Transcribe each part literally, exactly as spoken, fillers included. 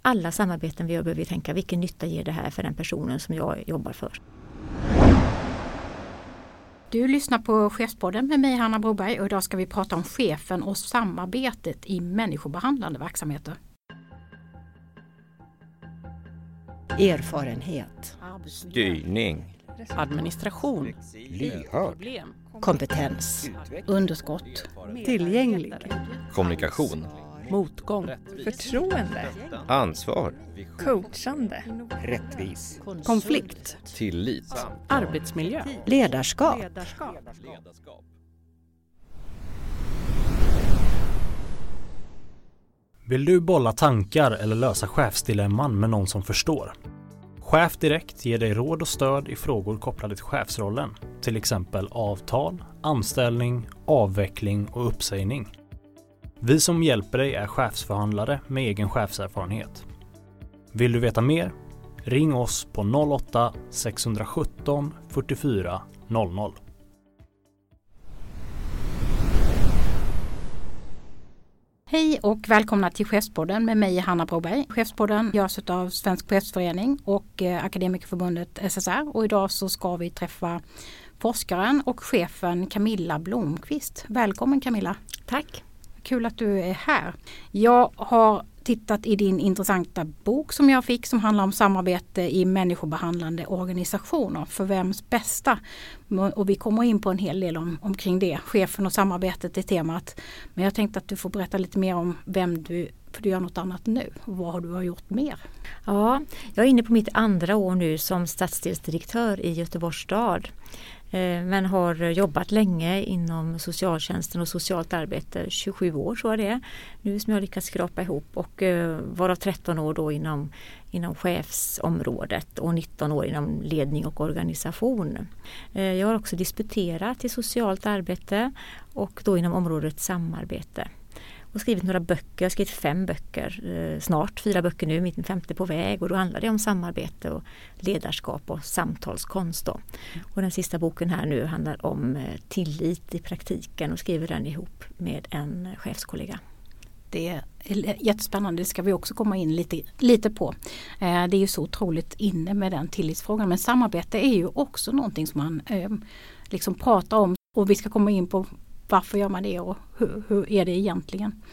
Alla samarbeten vi gör behöver vi tänka, vilken nytta ger det här för den personen som jag jobbar för. Du lyssnar på Chefspodden med mig, Hanna Broberg, och idag ska vi prata om chefen och samarbetet i människobehandlande verksamheter. Erfarenhet, styrning, administration, lyhörd, kompetens, Underskott, tillgänglig, kommunikation, motgång, förtroende, ansvar, coachande, rättvis, konflikt, tillit, arbetsmiljö. ledarskap. Vill du bolla tankar eller lösa chefsdilemman med någon som förstår? Chef Direkt ger dig råd och stöd i frågor kopplade till chefsrollen, till exempel avtal, anställning, avveckling och uppsägning. Vi som hjälper dig är chefsförhandlare med egen chefserfarenhet. Vill du veta mer? Ring oss på noll åtta sex ett sju fyrtiofyra noll noll. Hej och välkomna till Chefspodden med mig, Hanna Broberg. Chefspodden görs av Svensk Chefsförening och eh, Akademikerförbundet S S R. Och idag så ska vi träffa forskaren och chefen Camilla Blomqvist. Välkommen Camilla. Tack. Kul att du är här. Jag har tittat i din intressanta bok som jag fick som handlar om samarbete i människobehandlande organisationer. För vems bästa? Och vi kommer in på en hel del om, omkring det. Chefen och samarbetet är temat. Men jag tänkte att du får berätta lite mer om vem du, för du gör något annat nu. Och vad har du har gjort mer? Ja, jag är inne på mitt andra år nu som stadsdelsdirektör i Göteborgs stad. Men har jobbat länge inom socialtjänsten och socialt arbete, tjugosju år så är det nu som jag lyckats skrapa ihop, och varav tretton år då inom, inom chefsområdet och nitton år inom ledning och organisation. Jag har också disputerat i socialt arbete och då inom området samarbete. Och skrivit några böcker, jag har skrivit fem böcker, eh, snart fyra böcker nu, min femte på väg, och då handlar det om samarbete och ledarskap och samtalskonst då. Och den sista boken här nu handlar om eh, tillit i praktiken, och skriver den ihop med en chefskollega. Det är jättespännande, det ska vi också komma in lite, lite på. Eh, det är ju så otroligt inne med den tillitsfrågan, men samarbete är ju också någonting som man eh, liksom pratar om, och vi ska komma in på varför gör man det och hur, hur är det egentligen?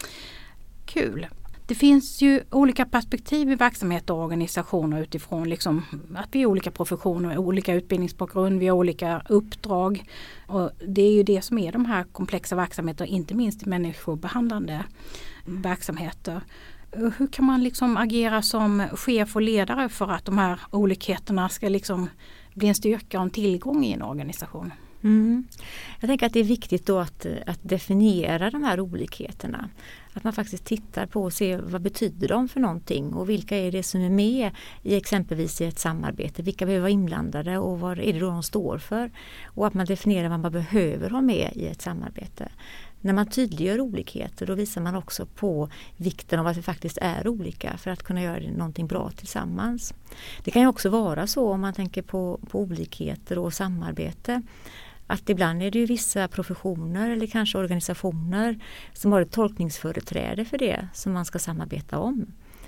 Kul. Det finns ju olika perspektiv i verksamheter och organisationer utifrån liksom att vi är olika professioner, olika utbildningsbakgrund, vi har olika uppdrag. Och det är ju det som är de här komplexa verksamheterna, inte minst i människobehandlande verksamheter. Hur kan man liksom agera som chef och ledare för att de här olikheterna ska liksom bli en styrka och en tillgång i en organisation? Mm. Jag tänker att det är viktigt då att, att definiera de här olikheterna. Att man faktiskt tittar på och ser vad betyder de för någonting, och vilka är det som är med i exempelvis i ett samarbete. Vilka behöver vara inblandade och vad är det då de står för. Och att man definierar vad man behöver ha med i ett samarbete. När man tydliggör olikheter, då visar man också på vikten av att vi faktiskt är olika för att kunna göra någonting bra tillsammans. Det kan ju också vara så om man tänker på, på olikheter och samarbete, att ibland är det ju vissa professioner eller kanske organisationer som har ett tolkningsföreträde för det som man ska samarbeta om.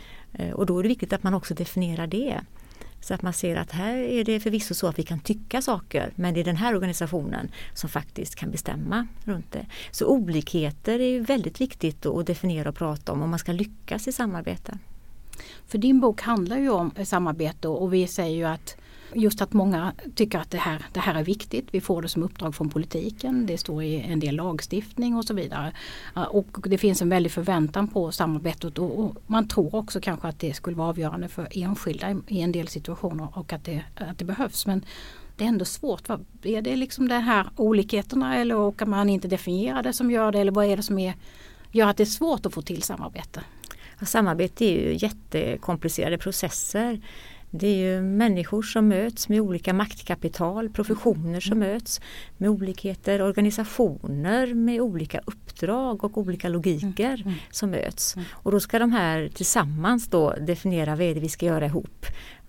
Och då är det viktigt att man också definierar det. Så att man ser att här är det förvisso så att vi kan tycka saker, men det är den här organisationen som faktiskt kan bestämma runt det. Så olikheter är ju väldigt viktigt att definiera och prata om om man ska lyckas i samarbete. För din bok handlar ju om samarbete, och vi säger ju att just att många tycker att det här, det här är viktigt. Vi får det som uppdrag från politiken. Det står i en del lagstiftning och så vidare. Och det finns en väldig förväntan på samarbetet, och man tror också kanske att det skulle vara avgörande för enskilda i en del situationer och att det, att det behövs. Men det är ändå svårt. Är det liksom de här olikheterna, eller kan man inte definiera det som gör det? Eller vad är det som är, gör att det är svårt att få till samarbete? Ja, samarbete är ju jättekomplicerade processer. Det är ju människor som möts med olika maktkapital, professioner som möts med olikheter, organisationer med olika uppdrag och olika logiker mm. Mm. som möts. Mm. Och då ska de här tillsammans då definiera vad är det vi ska göra ihop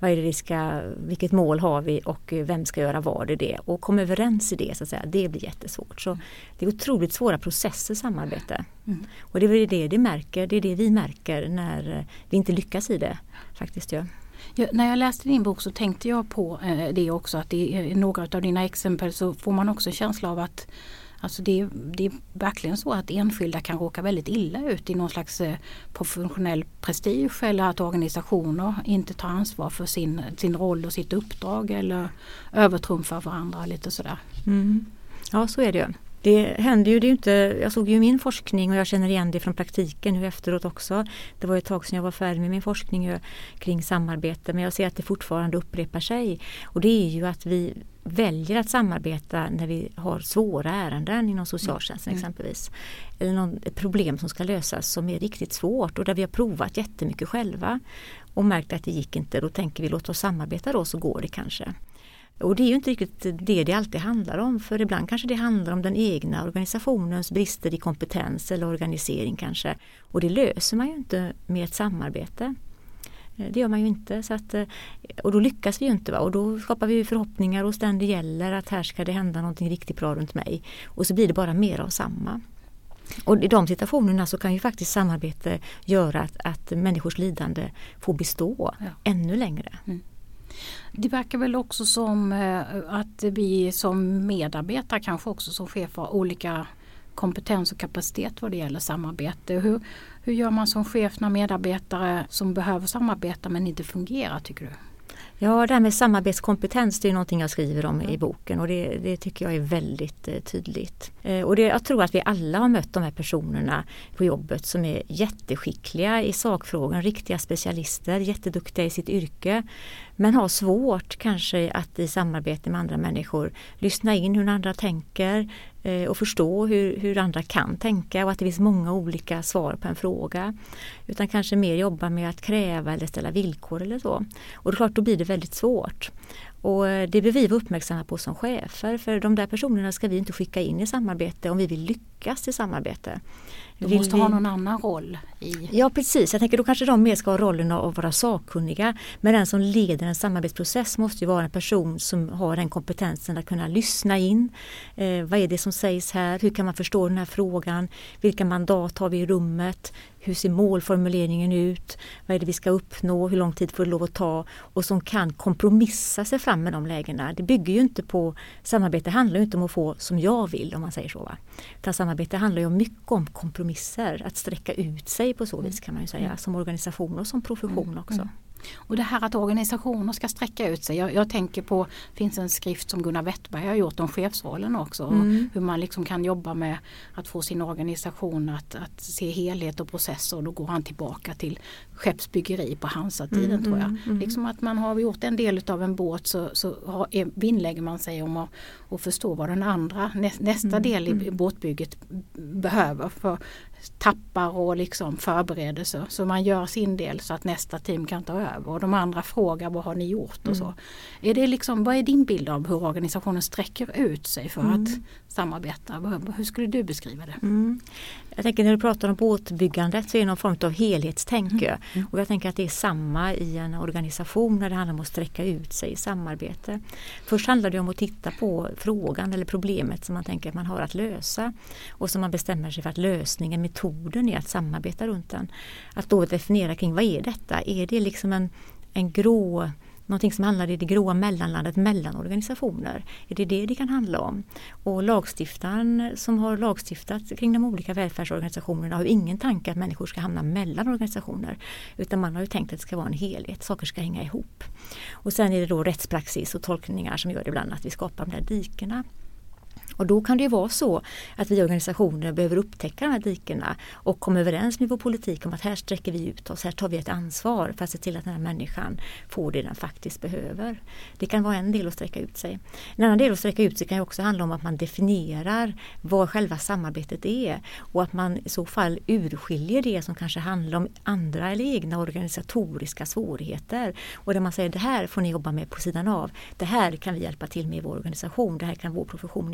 vad är det vi ska, vilket mål har vi och vem ska göra vad i det. Och komma överens i det så att säga, det blir jättesvårt. Så det är otroligt svåra processer samarbete. Mm. Och det är det, det, märker, det är det vi märker när vi inte lyckas i det faktiskt. Ja. Ja, när jag läste din bok så tänkte jag på eh, det också, att i några av dina exempel så får man också en känsla av att alltså det, det är verkligen så att enskilda kan råka väldigt illa ut i någon slags eh, professionell prestige, eller att organisationer inte tar ansvar för sin, sin roll och sitt uppdrag eller övertrumfar varandra lite sådär. Mm. Ja, så är det ju. Det händer ju, det är ju inte, jag såg ju min forskning och jag känner igen det från praktiken nu efteråt också. Det var ett tag sedan jag var färdig med min forskning kring samarbete, men jag ser att det fortfarande upprepar sig. Och det är ju att vi väljer att samarbeta när vi har svåra ärenden inom socialtjänsten mm. exempelvis. Eller någon, ett problem som ska lösas som är riktigt svårt och där vi har provat jättemycket själva och märkt att det gick inte. Då tänker vi låt oss samarbeta då, så går det kanske. Och det är ju inte riktigt det det alltid handlar om, för ibland kanske det handlar om den egna organisationens brister i kompetens eller organisering kanske. Och det löser man ju inte med ett samarbete. Det gör man ju inte. Så att, och då lyckas vi ju inte. Va? Och då skapar vi förhoppningar hos den det gäller att här ska det hända någonting riktigt bra runt mig. Och så blir det bara mer av samma. Och i de situationerna så kan ju faktiskt samarbete göra att, att människors lidande får bestå ja. ännu längre. Mm. Det verkar väl också som att vi som medarbetare, kanske också som chef, har olika kompetens och kapacitet vad det gäller samarbete. Hur, hur gör man som chef när medarbetare som behöver samarbeta men inte fungerar, tycker du? Ja, det här med samarbetskompetens, det är någonting jag skriver om i boken och det, det tycker jag är väldigt eh, tydligt. Eh, och det, jag tror att vi alla har mött de här personerna på jobbet som är jätteskickliga i sakfrågan, riktiga specialister, jätteduktiga i sitt yrke, men har svårt kanske att i samarbete med andra människor lyssna in hur andra tänker eh, och förstå hur, hur andra kan tänka och att det finns många olika svar på en fråga. Utan kanske mer jobba med att kräva eller ställa villkor eller så. Och det är klart, då blir det väldigt svårt. Och det bör vi vara uppmärksamma på som chefer, för de där personerna ska vi inte skicka in i samarbete om vi vill lyckas i samarbete. De vill måste vi... ha någon annan roll i... Ja, precis. Jag tänker då kanske de mer ska ha rollen av att vara sakkunniga, men den som leder en samarbetsprocess måste ju vara en person som har den kompetensen att kunna lyssna in. Eh, vad är det som sägs här? Hur kan man förstå den här frågan? Vilka mandat har vi i rummet? Hur ser målformuleringen ut? Vad är det vi ska uppnå? Hur lång tid får det lov att ta? Och som kan kompromissa sig fram med de lägena. Det bygger ju inte på, samarbete handlar ju inte om att få som jag vill, om man säger så. Va? Utan samarbete handlar ju mycket om kompromisser. Att sträcka ut sig på så vis, kan man ju säga. Som organisation och som profession också. Mm. Och det här att organisationer ska sträcka ut sig. Jag, jag tänker på, det finns en skrift som Gunnar Wettberg har gjort om chefsrollen också. Mm. Hur man liksom kan jobba med att få sin organisation att, att se helhet och processer. Och då går han tillbaka till skeppsbyggeri på Hansa-tiden mm, tror jag. Mm. Liksom att man har gjort en del av en båt, så, så har, vinnlägger man sig om att, att förstå vad den andra, nä, nästa mm, del i mm. båtbygget behöver för tappar och liksom förberedelser. Så man gör sin del så att nästa team kan ta över. Och de andra frågar, vad har ni gjort och mm. så. Är det liksom, vad är din bild av hur organisationen sträcker ut sig för mm. att samarbeta? Hur skulle du beskriva det? Mm. Jag tänker när du pratar om båtbyggandet så är det någon form av helhetstänk. Mm. Mm. Och jag tänker att det är samma i en organisation när det handlar om att sträcka ut sig i samarbete. Först handlar det om att titta på frågan eller problemet som man tänker att man har att lösa. Och som man bestämmer sig för att lösningen, metoden är att samarbeta runt den. Att då definiera kring vad är detta? Är det liksom en, en grå... någonting som handlar i det gråa mellanlandet mellan organisationer. Är det det det kan handla om? Och lagstiftaren som har lagstiftat kring de olika välfärdsorganisationerna har ju ingen tanke att människor ska hamna mellan organisationer. Utan man har ju tänkt att det ska vara en helhet. Saker ska hänga ihop. Och sen är det då rättspraxis och tolkningar som gör det ibland att vi skapar de där dikerna. Och då kan det ju vara så att vi organisationer behöver upptäcka de här dikerna och komma överens med vår politik om att här sträcker vi ut oss, här tar vi ett ansvar för att se till att den här människan får det den faktiskt behöver. Det kan vara en del att sträcka ut sig. En annan del att sträcka ut sig kan ju också handla om att man definierar vad själva samarbetet är och att man i så fall urskiljer det som kanske handlar om andra eller egna organisatoriska svårigheter och där man säger det här får ni jobba med på sidan av, det här kan vi hjälpa till med i vår organisation, det här kan vår profession göra.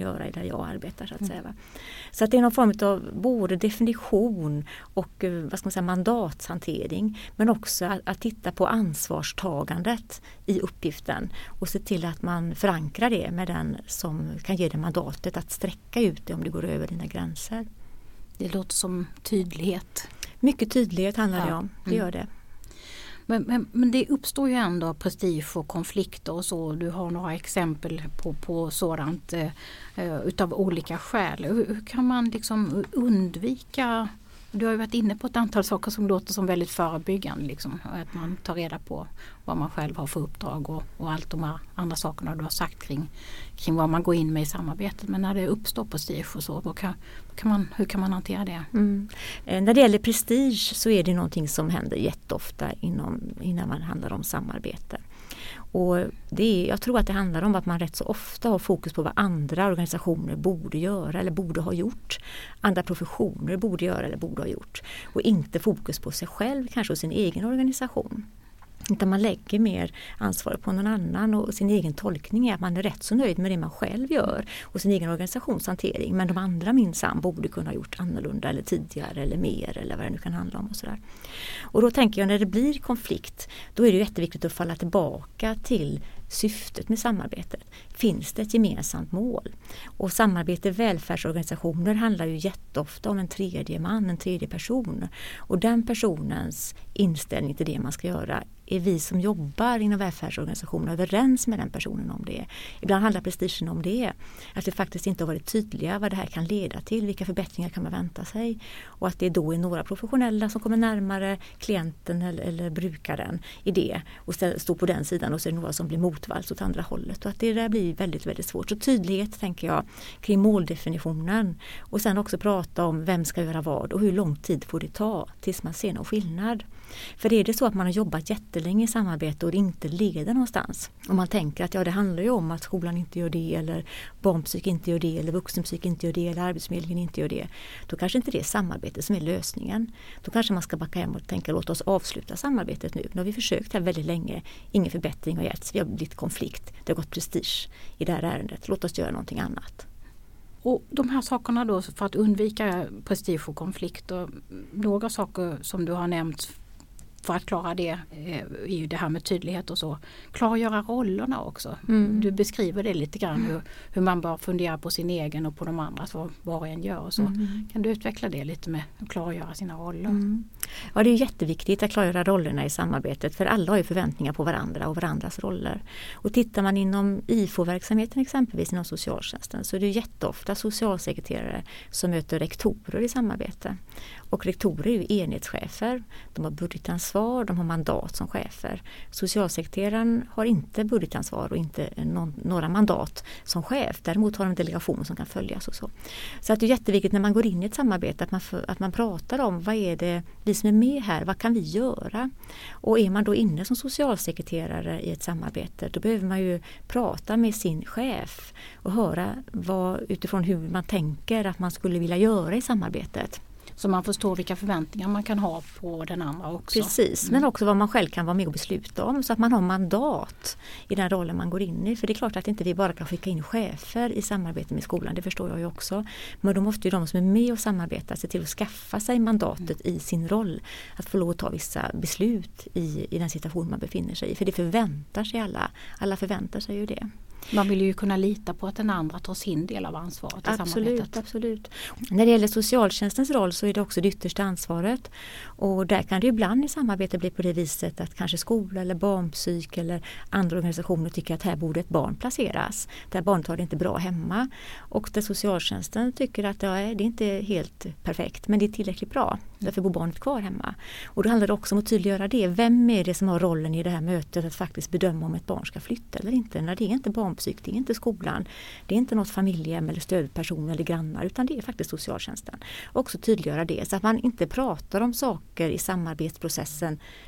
göra där jag arbetar så att mm. säga. Va? Så att det är någon form av både definition och vad ska man säga, mandatshantering, men också att, att titta på ansvarstagandet i uppgiften och se till att man förankrar det med den som kan ge det mandatet att sträcka ut det om det går över dina gränser. Det låter som tydlighet. Mycket tydlighet handlar ja. det om, det gör det. Men, men, men det uppstår ju ändå prestige och konflikter och så. Du har några exempel på, på sådant eh, utav olika skäl. Hur, hur kan man liksom undvika... Du har ju varit inne på ett antal saker som låter som väldigt förebyggande. Liksom, att man tar reda på vad man själv har för uppdrag och, och allt de här andra sakerna du har sagt kring, kring vad man går in med i samarbetet. Men när det uppstår prestige och så, då kan, kan man, hur kan man hantera det? Mm. Eh, när det gäller prestige så är det någonting som händer jätteofta inom, innan man handlar om samarbete. Och det är, jag tror att det handlar om att man rätt så ofta har fokus på vad andra organisationer borde göra eller borde ha gjort. Andra professioner borde göra eller borde ha gjort. Och inte fokus på sig själv, kanske och sin egen organisation. Utan man lägger mer ansvar på någon annan och sin egen tolkning är att man är rätt så nöjd med det man själv gör och sin egen organisationshantering. Men de andra minsann borde kunna ha gjort annorlunda eller tidigare eller mer eller vad det nu kan handla om och sådär. Och då tänker jag när det blir konflikt, då är det jätteviktigt att falla tillbaka till syftet med samarbetet. Finns det ett gemensamt mål? Och samarbete i välfärdsorganisationer handlar ju jätteofta om en tredje man, en tredje person. Och den personens inställning till det man ska göra är vi som jobbar inom välfärdsorganisationer överens med den personen om det. Ibland handlar prestigen om det. Att vi faktiskt inte har varit tydliga vad det här kan leda till, vilka förbättringar kan man vänta sig. Och att det då är några professionella som kommer närmare klienten eller, eller brukaren i det och står på den sidan och så är det några som blir motvalls åt andra hållet. Och att det där blir väldigt, väldigt svårt. Så tydlighet tänker jag kring måldefinitionen och sen också prata om vem ska göra vad och hur lång tid får det ta tills man ser någon skillnad. För är det så att man har jobbat jättelänge i samarbete och det inte leder någonstans. Om man tänker att ja, det handlar ju om att skolan inte gör det eller barnpsyk inte gör det eller vuxenpsyk inte gör det eller arbetsförmedlingen inte gör det. Då kanske inte det är samarbete som är lösningen. Då kanske man ska backa hem och tänka låt oss avsluta samarbetet nu. Nu har vi försökt här väldigt länge. Ingen förbättring har getts. Vi har blivit konflikt. Det har gått prestige i det här ärendet. Låt oss göra någonting annat. Och de här sakerna då för att undvika prestige och konflikt och några saker som du har nämnt för att klara det är ju det här med tydlighet och så. Klargöra rollerna också. Mm. Du beskriver det lite grann hur, hur man bara funderar på sin egen och på de andras vad var och en gör och så. Mm. Kan du utveckla det lite med att klargöra sina roller? Mm. Ja, det är jätteviktigt att klargöra rollerna i samarbetet för alla har ju förväntningar på varandra och varandras roller. Och tittar man inom I F O-verksamheten exempelvis inom socialtjänsten så är det jätteofta socialsekreterare som möter rektorer i samarbete. Och rektorer är ju enhetschefer. De har budgetansvar, de har mandat som chefer. Socialsekreteraren har inte budgetansvar och inte någon, några mandat som chef. Däremot har de en delegation som kan följas och så. Så att det är jätteviktigt när man går in i ett samarbete att man, för, att man pratar om vad är det vi som är med här, vad kan vi göra? Och är man då inne som socialsekreterare i ett samarbete då behöver man ju prata med sin chef och höra vad, utifrån hur man tänker att man skulle vilja göra i samarbetet. Så man förstår vilka förväntningar man kan ha på den andra också. Precis, mm. men också vad man själv kan vara med och besluta om. Så att man har mandat i den rollen man går in i. För det är klart att inte vi bara kan skicka in chefer i samarbete med skolan. Det förstår jag ju också. Men då måste ju de som är med och samarbetar se till att skaffa sig mandatet mm. i sin roll. Att få lov att ta vissa beslut i, i den situation man befinner sig i. För det förväntar sig alla. Alla förväntar sig ju det. Man vill ju kunna lita på att den andra tar sin del av ansvaret i absolut, samarbetet. Absolut. När det gäller socialtjänstens roll så är det också det yttersta ansvaret. Och där kan det ibland i samarbete bli på det viset att kanske skola eller barnpsyk eller andra organisationer tycker att här borde ett barn placeras. Där barnet har det inte bra hemma. Och där socialtjänsten tycker att ja, det är inte helt perfekt men det är tillräckligt bra. Därför bor barnet kvar hemma. Och då handlar det också om att tydliggöra det. Vem är det som har rollen i det här mötet att faktiskt bedöma om ett barn ska flytta eller inte? När det är inte barnpsyk, det är inte skolan. Det är inte något familjehem eller stödperson eller grannar utan det är faktiskt socialtjänsten. Och också tydliggöra det så att man inte pratar om saker i samarbetsprocessen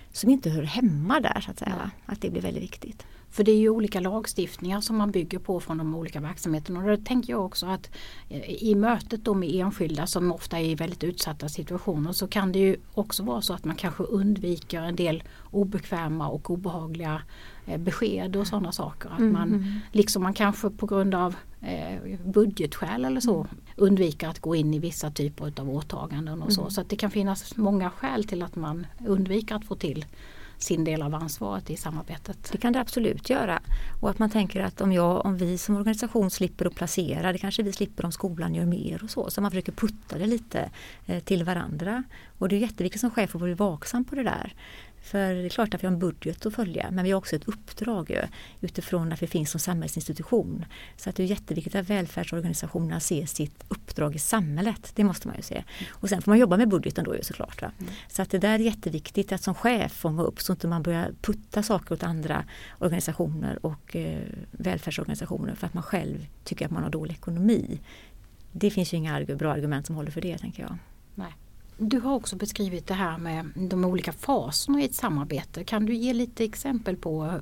som inte hör hemma där så att säga. Ja. Att det blir väldigt viktigt. För det är ju olika lagstiftningar som man bygger på från de olika verksamheterna. Och då tänker jag också att i mötet då med enskilda som ofta är i väldigt utsatta situationer så kan det ju också vara så att man kanske undviker en del obekväma och obehagliga besked och sådana saker. Att man, mm. liksom man kanske på grund av eh, budgetskäl eller så undviker att gå in i vissa typer av åtaganden och så. Mm. Så att det kan finnas många skäl till att man undviker att få till sin del av ansvaret i samarbetet. Det kan det absolut göra. Och att man tänker att om, jag, om vi som organisation slipper att placera, det kanske vi slipper om skolan gör mer och så. Så man försöker putta det lite eh, till varandra. Och det är jätteviktigt som chef att vara vaksam på det där. För det är klart att vi har en budget att följa, men vi har också ett uppdrag ju, utifrån att vi finns som samhällsinstitution. Så att det är jätteviktigt att välfärdsorganisationerna ser sitt uppdrag i samhället. Det måste man ju se. Och sen får man jobba med budgeten då ju såklart. Va? Mm. Så att det där är jätteviktigt att som chef fånga upp så att man börjar putta saker åt andra organisationer och eh, välfärdsorganisationer för att man själv tycker att man har dålig ekonomi. Det finns ju inga bra argument som håller för det, tänker jag. Nej. Du har också beskrivit det här med de olika faserna i ett samarbete. Kan du ge lite exempel på,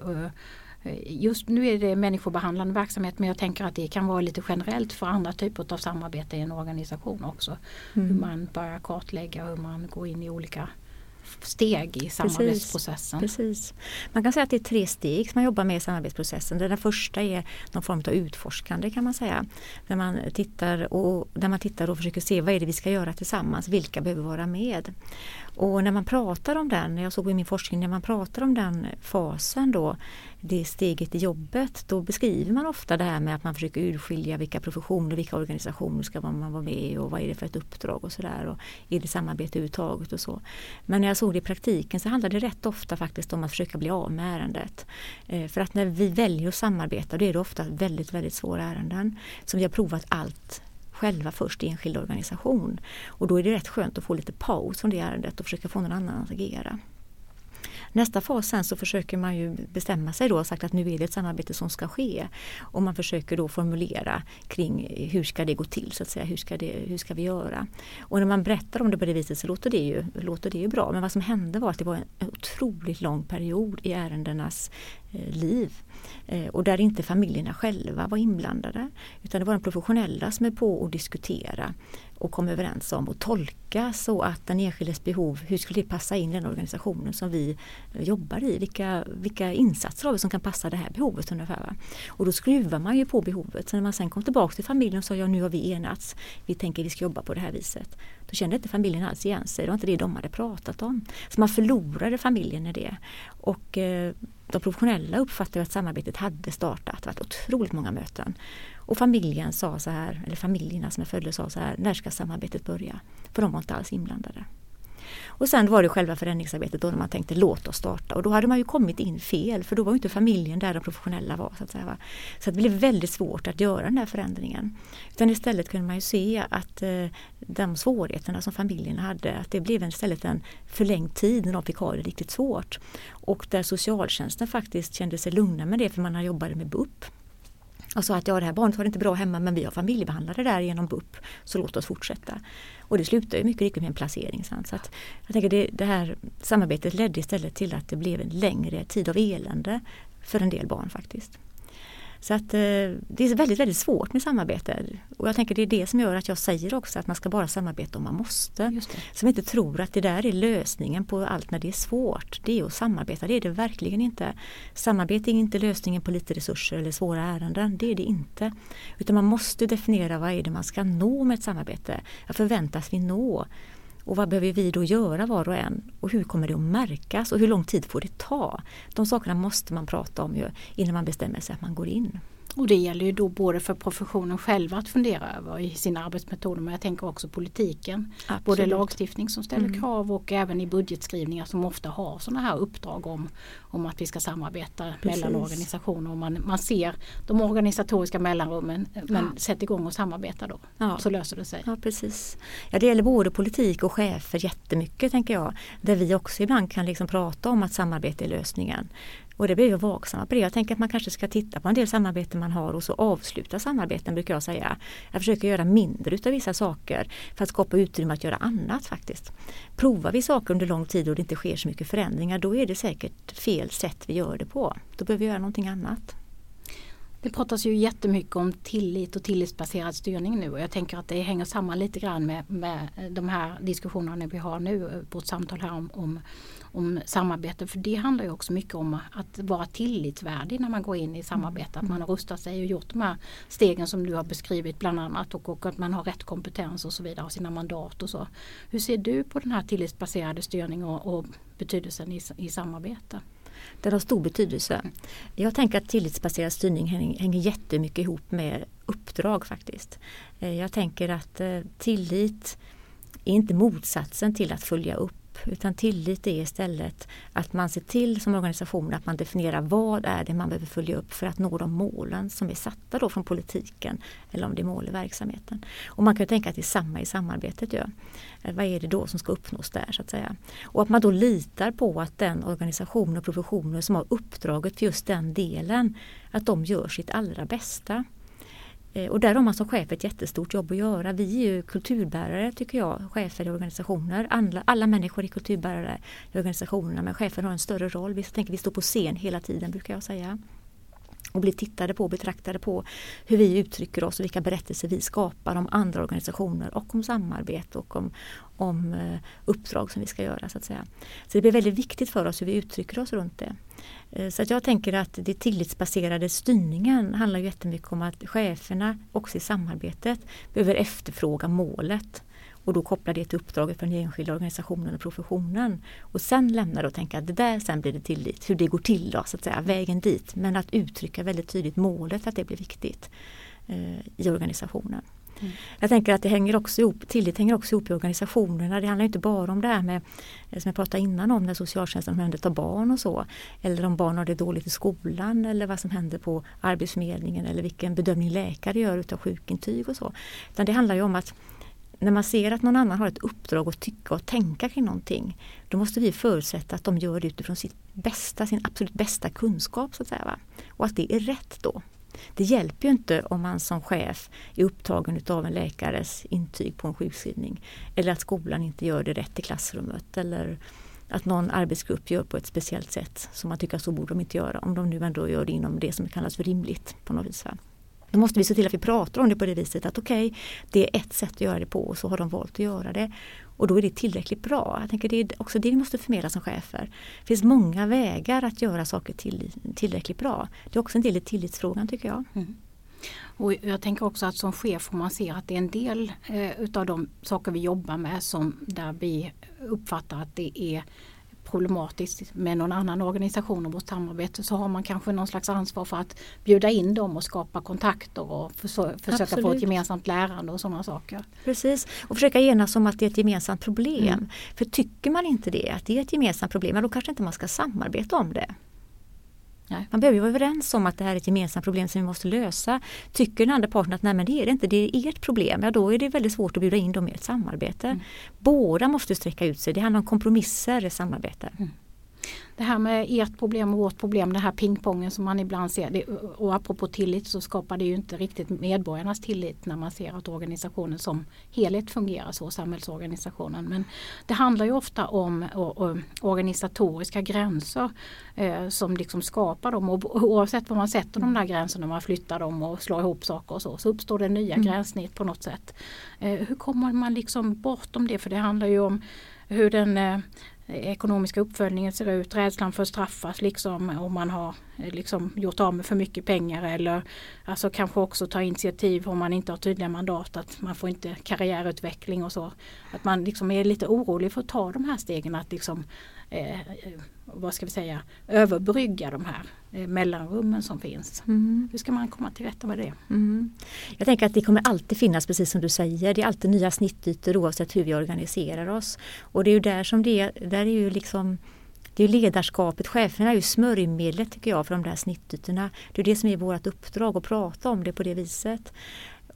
just nu är det människobehandlande verksamhet, men jag tänker att det kan vara lite generellt för andra typer av samarbete i en organisation också. Mm. Hur man börjar kartlägga, hur man går in i olika steg i samarbetsprocessen. Precis, precis. Man kan säga att det är tre steg som man jobbar med i samarbetsprocessen. Den första är någon form av utforskande kan man säga. Där man tittar och, där man tittar och försöker se vad är det vi ska göra tillsammans, vilka behöver vara med. Och när man pratar om den, jag såg i min forskning, när man pratar om den fasen då, det steget i jobbet, då beskriver man ofta det här med att man försöker urskilja vilka professioner, vilka organisationer ska man vara med i och vad är det för ett uppdrag och sådär, och är det samarbete överhuvudtaget och så. Men när jag såg det i praktiken så handlar det rätt ofta faktiskt om att försöka bli av med ärendet. Eh, för att när vi väljer att samarbeta, då är det ofta väldigt, väldigt svåra ärenden som vi har provat allt själva först i enskild organisation. Och då är det rätt skönt att få lite paus från det ärendet och försöka få någon annan att agera. Nästa fas sen så försöker man ju bestämma sig då och sagt att nu är det ett samarbete som ska ske. Och man försöker då formulera kring hur ska det gå till så att säga, hur ska, det, hur ska vi göra. Och när man berättar om det på det viset så låter det ju, låter det ju bra. Men vad som hände var att det var en otroligt lång period i ärendenas eh, liv. Eh, och där inte familjerna själva var inblandade. Utan det var de professionella som är på att diskutera och kom överens om och tolka så att den enskildes behov, hur skulle det passa in i den organisationen som vi jobbar i, vilka, vilka insatser har vi som kan passa det här behovet ungefär. Va? Och då skruvar man ju på behovet. Så när man sen kom tillbaka till familjen och sa ja nu har vi enats, vi tänker vi ska jobba på det här viset. Då kände inte familjen alls igen sig, det var inte det de hade pratat om. Så man förlorade familjen i det. Och eh, de professionella uppfattade att samarbetet hade startat, det var otroligt många möten. Och familjen sa så här, eller familjerna som jag följde sa så här, när ska samarbetet börja? För de var inte alls inblandade. Och sen var det själva förändringsarbetet då när man tänkte låt oss starta. Och då hade man ju kommit in fel, för då var ju inte familjen där de professionella var. Så att säga, va? Så att det blev väldigt svårt att göra den här förändringen. Utan istället kunde man ju se att eh, de svårigheterna som familjen hade, att det blev istället en förlängd tid när de fick ha det riktigt svårt. Och där socialtjänsten faktiskt kände sig lugna med det, för man har jobbat med B U P. Och sa att ja, det här barnet var inte bra hemma, men vi har familjebehandlare där genom B U P, så låt oss fortsätta. Och det slutade ju mycket riktigt med en placering. Så att jag tänker det, det här samarbetet ledde istället till att det blev en längre tid av elände för en del barn faktiskt. Så att eh, det är väldigt, väldigt svårt med samarbete. Och jag tänker det är det som gör att jag säger också att man ska bara samarbeta om man måste. Just det. Som inte tror att det där är lösningen på allt när det är svårt. Det är att samarbeta, det är det verkligen inte. Samarbete är inte lösningen på lite resurser eller svåra ärenden, det är det inte. Utan man måste definiera vad är det man ska nå med ett samarbete. Vad förväntas vi nå? Och vad behöver vi då göra var och en? Och hur kommer det att märkas? Och hur lång tid får det ta? De sakerna måste man prata om ju innan man bestämmer sig att man går in. Och det gäller ju då både för professionen själva att fundera över i sina arbetsmetoder, men jag tänker också politiken. Absolut. Både lagstiftning som ställer mm. krav och även i budgetskrivningar som ofta har sådana här uppdrag om, om att vi ska samarbeta Precis. mellan organisationer. Och man, man ser de organisatoriska mellanrummen, men ja. sätt igång och samarbeta då. Ja. Så löser det sig. Ja, precis. Ja, det gäller både politik och chefer jättemycket tänker jag. Där vi också ibland kan liksom prata om att samarbete är lösningen. Och det blir jag vaksamma på det. Jag tänker att man kanske ska titta på en del samarbeten man har och så avsluta samarbeten, brukar jag säga. Jag försöker göra mindre utav vissa saker för att skapa utrymme att göra annat faktiskt. Provar vi saker under lång tid och det inte sker så mycket förändringar, då är det säkert fel sätt vi gör det på. Då behöver vi göra någonting annat. Det pratas ju jättemycket om tillit och tillitsbaserad styrning nu och jag tänker att det hänger samman lite grann med, med de här diskussionerna vi har nu på ett samtal här om, om, om samarbete. För det handlar ju också mycket om att vara tillitsvärdig när man går in i samarbete. Att man har rustat sig och gjort de här stegen som du har beskrivit bland annat och, och att man har rätt kompetens och så vidare och sina mandat och så. Hur ser du på den här tillitsbaserade styrning och, och betydelsen i, i samarbete? Det har stor betydelse. Jag tänker att tillitsbaserad styrning hänger, hänger jättemycket ihop med uppdrag faktiskt. Jag tänker att tillit är inte motsatsen till att följa upp, utan tillit är istället att man ser till som organisation att man definierar vad är det man behöver följa upp för att nå de målen som är satta då från politiken eller om det är mål i verksamheten. Och man kan ju tänka att det är samma i samarbetet. Ja. Vad är det då som ska uppnås där så att säga? Och att man då litar på att den organisation och professioner som har uppdraget för just den delen, att de gör sitt allra bästa. Och där har man som chef ett jättestort jobb att göra. Vi är ju kulturbärare tycker jag, chefer i organisationer. Alla, alla människor är kulturbärare i organisationerna, men chefen har en större roll. Vi tänker vi står på scen hela tiden brukar jag säga. Och blir tittade på, betraktade på hur vi uttrycker oss och vilka berättelser vi skapar om andra organisationer och om samarbete och om, om uh, uppdrag som vi ska göra så att säga. Så det blir väldigt viktigt för oss hur vi uttrycker oss runt det. Uh, så att jag tänker att det tillitsbaserade styrningen handlar ju jättemycket om att cheferna också i samarbetet behöver efterfråga målet. Och då kopplar det till uppdraget för den enskilda organisationen och professionen. Och sen lämnar det och tänka att det där sen blir det tillit. Hur det går till då, så att säga, vägen dit. Men att uttrycka väldigt tydligt målet, att det blir viktigt eh, i organisationen. Mm. Jag tänker att det hänger också ihop, tillit hänger också ihop i organisationerna. Det handlar inte bara om det här med, som jag pratade innan om, när socialtjänsten omhändertar barn och så. Eller om barn har det dåligt i skolan eller vad som händer på arbetsförmedlingen eller vilken bedömning läkare gör utav sjukintyg och så. Utan det handlar ju om att när man ser att någon annan har ett uppdrag att tycka och tänka kring någonting, då måste vi förutsätta att de gör det utifrån sitt bästa, sin absolut bästa kunskap så att säga, va? Och att det är rätt då. Det hjälper ju inte om man som chef är upptagen av en läkares intyg på en sjukskrivning eller att skolan inte gör det rätt i klassrummet eller att någon arbetsgrupp gör på ett speciellt sätt som man tycker att så borde de inte göra om de nu ändå gör det inom det som kallas för rimligt på något vis. Då måste vi se till att vi pratar om det på det viset att okej, okay, det är ett sätt att göra det på och så har de valt att göra det. Och då är det tillräckligt bra. Jag tänker det är också det vi måste förmedla som chefer. Det finns många vägar att göra saker till, tillräckligt bra. Det är också en del i tillitsfrågan tycker jag. Mm. Och jag tänker också att som chef får man se att det är en del eh, utav de saker vi jobbar med som där vi uppfattar att det är problematiskt med någon annan organisation och vårt samarbete, så har man kanske någon slags ansvar för att bjuda in dem och skapa kontakter och försö- försöka Absolut. få ett gemensamt lärande och sådana saker. Precis, och försöka enas om att det är ett gemensamt problem. Mm. För tycker man inte det, att det är ett gemensamt problem, då kanske inte man ska samarbeta om det. Nej. Man behöver ju vara överens om att det här är ett gemensamt problem som vi måste lösa. Tycker den andra parten att nej men det är det inte, det är ert problem, ja då är det väldigt svårt att bjuda in dem i ett samarbete. Mm. Båda måste sträcka ut sig, det handlar om kompromisser i samarbete. Mm. Det här med ert problem och vårt problem, den här pingpongen som man ibland ser, det, och apropå tillit så skapar det ju inte riktigt medborgarnas tillit när man ser att organisationen som helhet fungerar så, samhällsorganisationen. Men det handlar ju ofta om och, och, organisatoriska gränser eh, som liksom skapar dem, och oavsett vad man sätter de där gränserna, man flyttar dem och slår ihop saker och så, så uppstår det nya mm. gränssnitt på något sätt. Eh, hur kommer man liksom bortom det? För det handlar ju om hur den eh, ekonomiska uppföljningen ser ut, rädslan för att straffas liksom, om man har liksom gjort av med för mycket pengar, eller alltså kanske också ta initiativ om man inte har tydliga mandat, att man får inte karriärutveckling och så. Att man liksom är lite orolig för att ta de här stegen, att liksom eh, vad ska vi säga, överbrygga de här eh, mellanrummen som finns. Mm. Hur ska man komma till rätta med det? Mm. Jag tänker att det kommer alltid finnas, precis som du säger, det är alltid nya snittytor oavsett hur vi organiserar oss. Och det är ju där som det, där är ju liksom det är ledarskapet, cheferna är ju smörjmedlet tycker jag för de där snittytorna. Det är det som är vårt uppdrag att prata om det på det viset.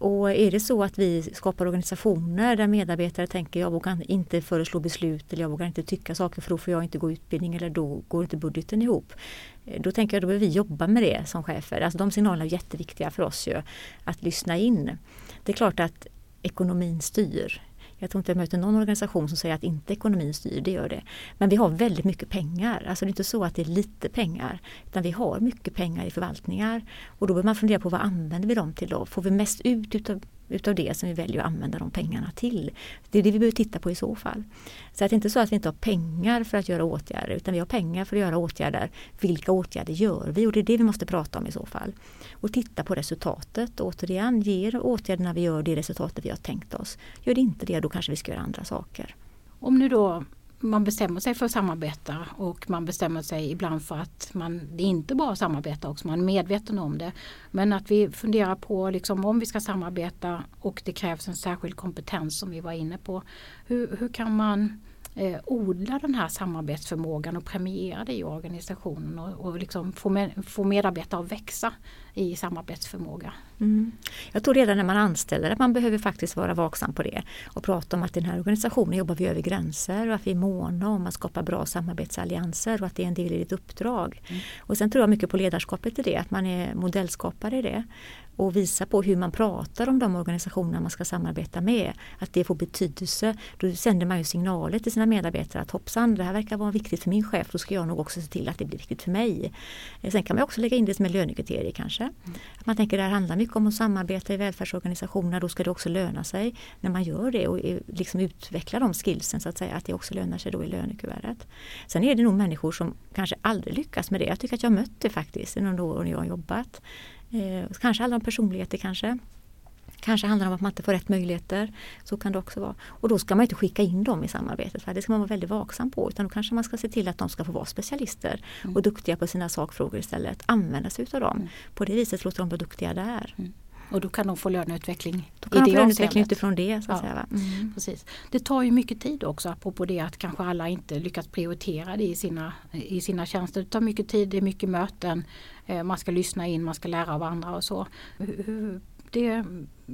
Och är det så att vi skapar organisationer där medarbetare tänker jag vågar inte föreslå beslut eller jag vågar inte tycka saker för då får jag inte gå utbildning eller då går inte budgeten ihop. Då tänker jag då behöver vi jobba med det som chefer. Alltså de signalerna är jätteviktiga för oss ju att lyssna in. Det är klart att ekonomin styr. Jag tror inte jag möter någon organisation som säger att inte ekonomin styr, det gör det. Men vi har väldigt mycket pengar. Alltså det är inte så att det är lite pengar. Utan vi har mycket pengar i förvaltningar. Och då behöver man fundera på vad använder vi dem till då? Får vi mest ut utav, utav det som vi väljer att använda de pengarna till? Det är det vi behöver titta på i så fall. Så att det är inte så att vi inte har pengar för att göra åtgärder. Utan vi har pengar för att göra åtgärder. Vilka åtgärder gör vi? Och det är det vi måste prata om i så fall. Och titta på resultatet. Och återigen, ger åtgärderna vi gör det resultatet vi har tänkt oss? Gör det inte det, då kanske vi ska göra andra saker. Om nu då man bestämmer sig för att samarbeta och man bestämmer sig ibland för att man det är inte bara samarbeta också, man är medveten om det. Men att vi funderar på liksom, om vi ska samarbeta och det krävs en särskild kompetens som vi var inne på. Hur, hur kan man eh, odla den här samarbetsförmågan och premiera det i organisationen och, och liksom få, med, få medarbetare att växa i samarbetsförmåga? Mm. Jag tror redan när man anställer att man behöver faktiskt vara vaksam på det och prata om att den här organisationen jobbar vi över gränser och att vi är måna om att skapa bra samarbetsallianser och att det är en del i ditt uppdrag. Mm. Och sen tror jag mycket på ledarskapet i det, att man är modellskapare i det och visa på hur man pratar om de organisationer man ska samarbeta med, att det får betydelse. Då sänder man ju signaler till sina medarbetare att hoppsan, det här verkar vara viktigt för min chef, då ska jag nog också se till att det blir viktigt för mig. Sen kan man också lägga in det som en lönekriterier kanske. Mm. Att man tänker att det här handlar mycket om att samarbeta i välfärdsorganisationer, då ska det också löna sig när man gör det och liksom utveckla de skillsen så att säga, att det också lönar sig då i lönekuvertet. Sen är det nog människor som kanske aldrig lyckas med det. Jag tycker att jag mött det faktiskt i några år när jag har jobbat. Eh, kanske handlar om personligheter kanske. Kanske handlar om att man inte får rätt möjligheter. Så kan det också vara. Och då ska man inte skicka in dem i samarbetet. För det ska man vara väldigt vaksam på. Utan då kanske man ska se till att de ska få vara specialister. Mm. Och duktiga på sina sakfrågor istället. Använda sig av dem. Mm. På det viset låter de vara duktiga där. Mm. Och då kan de få löneutveckling. Då kan de få löneutveckling utifrån det. Så att ja. säga, va? Mm. Precis. Det tar ju mycket tid också. Apropå det att kanske alla inte lyckas prioritera det i sina, i sina tjänster. Det tar mycket tid, det är mycket möten. Eh, man ska lyssna in, man ska lära av andra och så. Hur, det...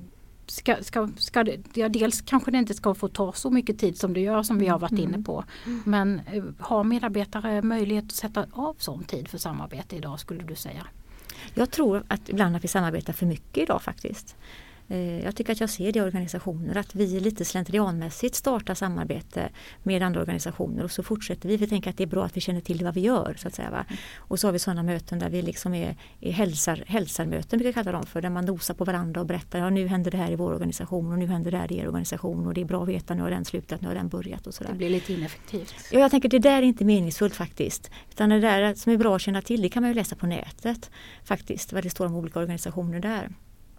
Ska, ska, ska det, ja, dels kanske det inte ska få ta så mycket tid som det gör som vi har varit inne på. Mm. Men eh, har medarbetare möjlighet att sätta av sån tid för samarbete idag, skulle du säga? Jag tror att ibland att vi samarbetar för mycket idag faktiskt. Jag tycker att jag ser det i organisationer att vi lite slentrianmässigt startar samarbete med andra organisationer och så fortsätter vi. Vi tänker att det är bra att vi känner till vad vi gör så att säga. Va? Och så har vi sådana möten där vi liksom är, är hälsar, hälsarmöten, brukar jag kalla dem för, där man nosar på varandra och berättar ja nu händer det här i vår organisation och nu händer det här i er organisation och det är bra att veta, nu har den slutat, nu har den börjat och sådär. Det blir lite ineffektivt. Ja, jag tänker att det där är inte meningsfullt faktiskt. Utan det där som är bra att känna till, det kan man ju läsa på nätet faktiskt, vad det står om olika organisationer där.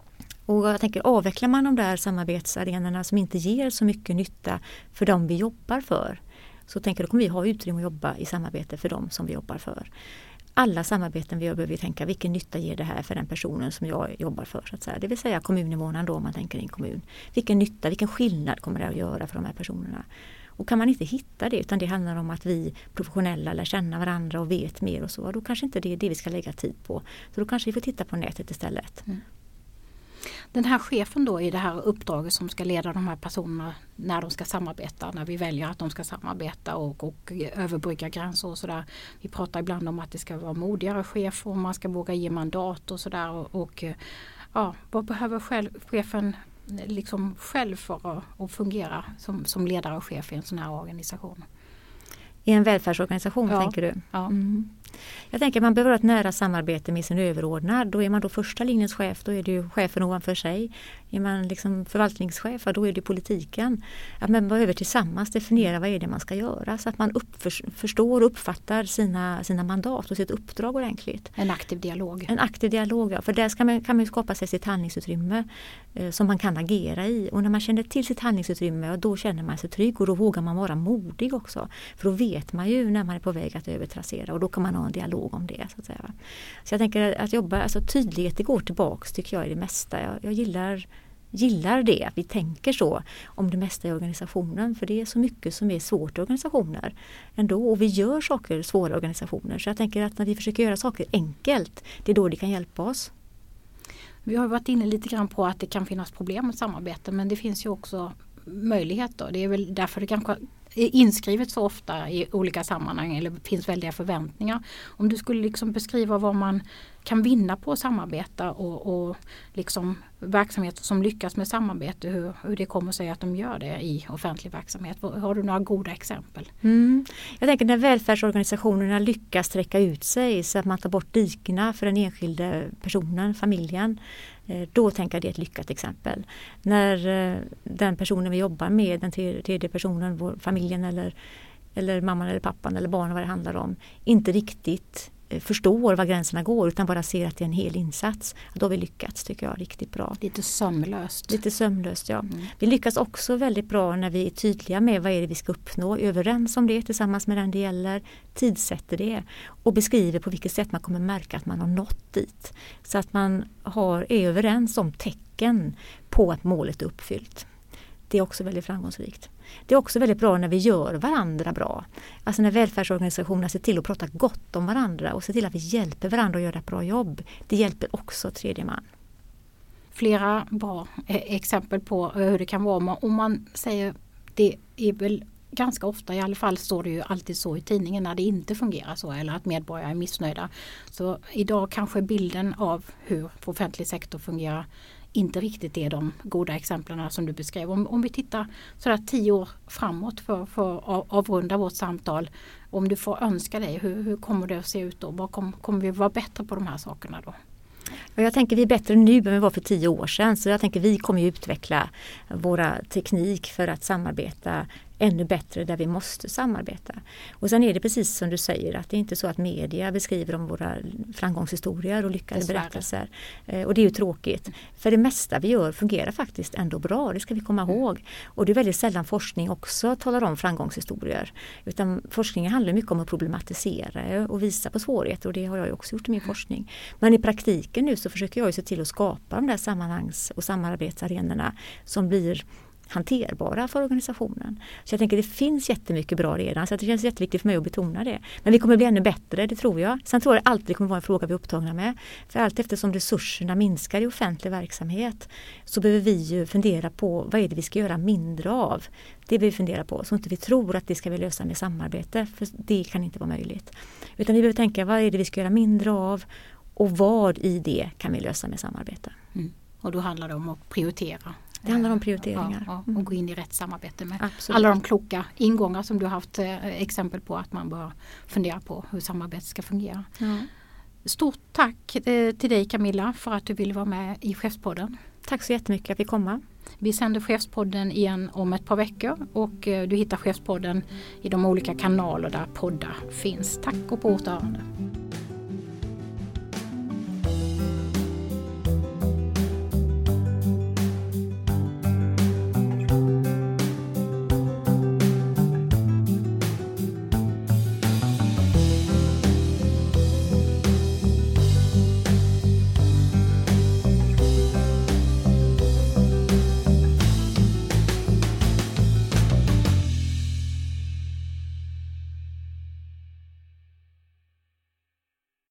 Och jag tänker, avvecklar man de där samarbetsarenorna som inte ger så mycket nytta för dem vi jobbar för, så tänker jag då kommer vi ha utrymme att jobba i samarbete för dem som vi jobbar för. Alla samarbeten vi gör behöver vi tänka, vilken nytta ger det här för den personen som jag jobbar för? Så att säga. Det vill säga kommuninvånaren då, om man tänker i en kommun. Vilken nytta, vilken skillnad kommer det att göra för de här personerna? Och kan man inte hitta det, utan det handlar om att vi professionella lär känna varandra och vet mer och så, då kanske inte det är det vi ska lägga tid på. Så då kanske vi får titta på nätet istället. Mm. Den här chefen då i det här uppdraget som ska leda de här personerna när de ska samarbeta, när vi väljer att de ska samarbeta och, och överbrygga gränser och sådär. Vi pratar ibland om att det ska vara modigare chef och man ska våga ge mandat och sådär. Och, och ja, vad behöver själv, chefen liksom själv för att, att fungera som, som ledare och chef i en sån här organisation? I en välfärdsorganisation ja. tänker du? Ja. Mm. Jag tänker att man behöver ha ett nära samarbete med sin överordnad. Då är man då första linjens chef, då är det ju chefen ovanför sig. Är man liksom förvaltningschef, då är det politiken. Att man behöver tillsammans definiera vad är det man ska göra. Så att man uppför, förstår och uppfattar sina, sina mandat och sitt uppdrag ordentligt. En aktiv dialog. En aktiv dialog, ja. För där ska man, kan man ju skapa sig sitt handlingsutrymme eh, som man kan agera i. Och när man känner till sitt handlingsutrymme, då känner man sig trygg och då vågar man vara modig också. För då vet man ju när man är på väg att övertrassera och då kan man ha en dialog om det. Så att säga. Så jag tänker att jobba, alltså tydlighet det går tillbaks tycker jag är det mesta. Jag, jag gillar, gillar det, att vi tänker så om det mesta i organisationen. För det är så mycket som är svårt i organisationer ändå. Och vi gör saker svåra organisationer. Så jag tänker att när vi försöker göra saker enkelt, det är då det kan hjälpa oss. Vi har varit inne lite grann på att det kan finnas problem med samarbete, men det finns ju också möjligheter. Det är väl därför det kanske är inskrivet så ofta i olika sammanhang eller finns väldiga förväntningar. Om du skulle liksom beskriva vad man kan vinna på att samarbeta och, och liksom verksamheter som lyckas med samarbete, hur, hur det kommer sig att de gör det i offentlig verksamhet. Har du några goda exempel? Mm. Jag tänker när välfärdsorganisationerna lyckas sträcka ut sig så att man tar bort dikna för den enskilda personen, familjen. Då tänker jag det är ett lyckat exempel. När den personen vi jobbar med, den tredje personen, vår familjen eller, eller mamman eller pappan eller barnen, vad det handlar om, inte riktigt förstår var gränserna går utan bara ser att det är en hel insats. Då har vi lyckats, tycker jag, riktigt bra. Lite sömlöst. Lite sömlöst, ja. Mm. Vi lyckas också väldigt bra när vi är tydliga med vad är det vi ska uppnå, överens om det tillsammans med den det gäller, tidsätter det och beskriver på vilket sätt man kommer märka att man har nått dit. Så att man har, är överens om tecken på att målet är uppfyllt. Det är också väldigt framgångsrikt. Det är också väldigt bra när vi gör varandra bra. Alltså när välfärdsorganisationerna ser till att prata gott om varandra och ser till att vi hjälper varandra att göra ett bra jobb. Det hjälper också tredje man. Flera bra exempel på hur det kan vara. Om man säger, det är väl ganska ofta, i alla fall står det ju alltid så i tidningen när det inte fungerar så eller att medborgare är missnöjda. Så idag kanske bilden av hur offentlig sektor fungerar inte riktigt är de goda exemplen som du beskrev. Om, om vi tittar sådär tio år framåt för, för att avrunda vårt samtal, om du får önska dig, hur, hur kommer det att se ut då? Vad kom, kommer vi vara bättre på de här sakerna då? Jag tänker vi är bättre nu än vi var för tio år sedan, så jag tänker vi kommer utveckla våra teknik för att samarbeta ännu bättre där vi måste samarbeta. Och sen är det precis som du säger att det är inte så att media beskriver om våra framgångshistorier och lyckade Dessvärre. berättelser. Och det är ju tråkigt. För det mesta vi gör fungerar faktiskt ändå bra, det ska vi komma ihåg. Och det är väldigt sällan forskning också talar om framgångshistorier. Utan forskningen handlar mycket om att problematisera och visa på svårigheter, och det har jag ju också gjort i min forskning. Men i praktiken nu så försöker jag ju se till att skapa de där sammanhangs- och samarbetsarenorna som blir hanterbara för organisationen. Så jag tänker det finns jättemycket bra redan, så det känns jätteviktigt för mig att betona det. Men vi kommer bli ännu bättre, det tror jag. Sen tror jag alltid det kommer vara en fråga vi är upptagna med. För allt eftersom resurserna minskar i offentlig verksamhet så behöver vi ju fundera på vad är det vi ska göra mindre av. Det behöver vi fundera på, så inte vi tror att det ska vi lösa med samarbete, för det kan inte vara möjligt. Utan vi behöver tänka vad är det vi ska göra mindre av och vad i det kan vi lösa med samarbete. Mm. Och då handlar det om att prioritera. Det handlar om prioriteringar. Ja, ja, och gå in i rätt samarbete med Absolut. alla de kloka ingångar som du har haft eh, exempel på att man bör fundera på hur samarbetet ska fungera. Ja. Stort tack eh, till dig Camilla för att du ville vara med i Chefspodden. Tack så jättemycket att vi fick komma. Vi sänder Chefspodden igen om ett par veckor och eh, du hittar Chefspodden i de olika kanaler där poddar finns. Tack och på återhörande.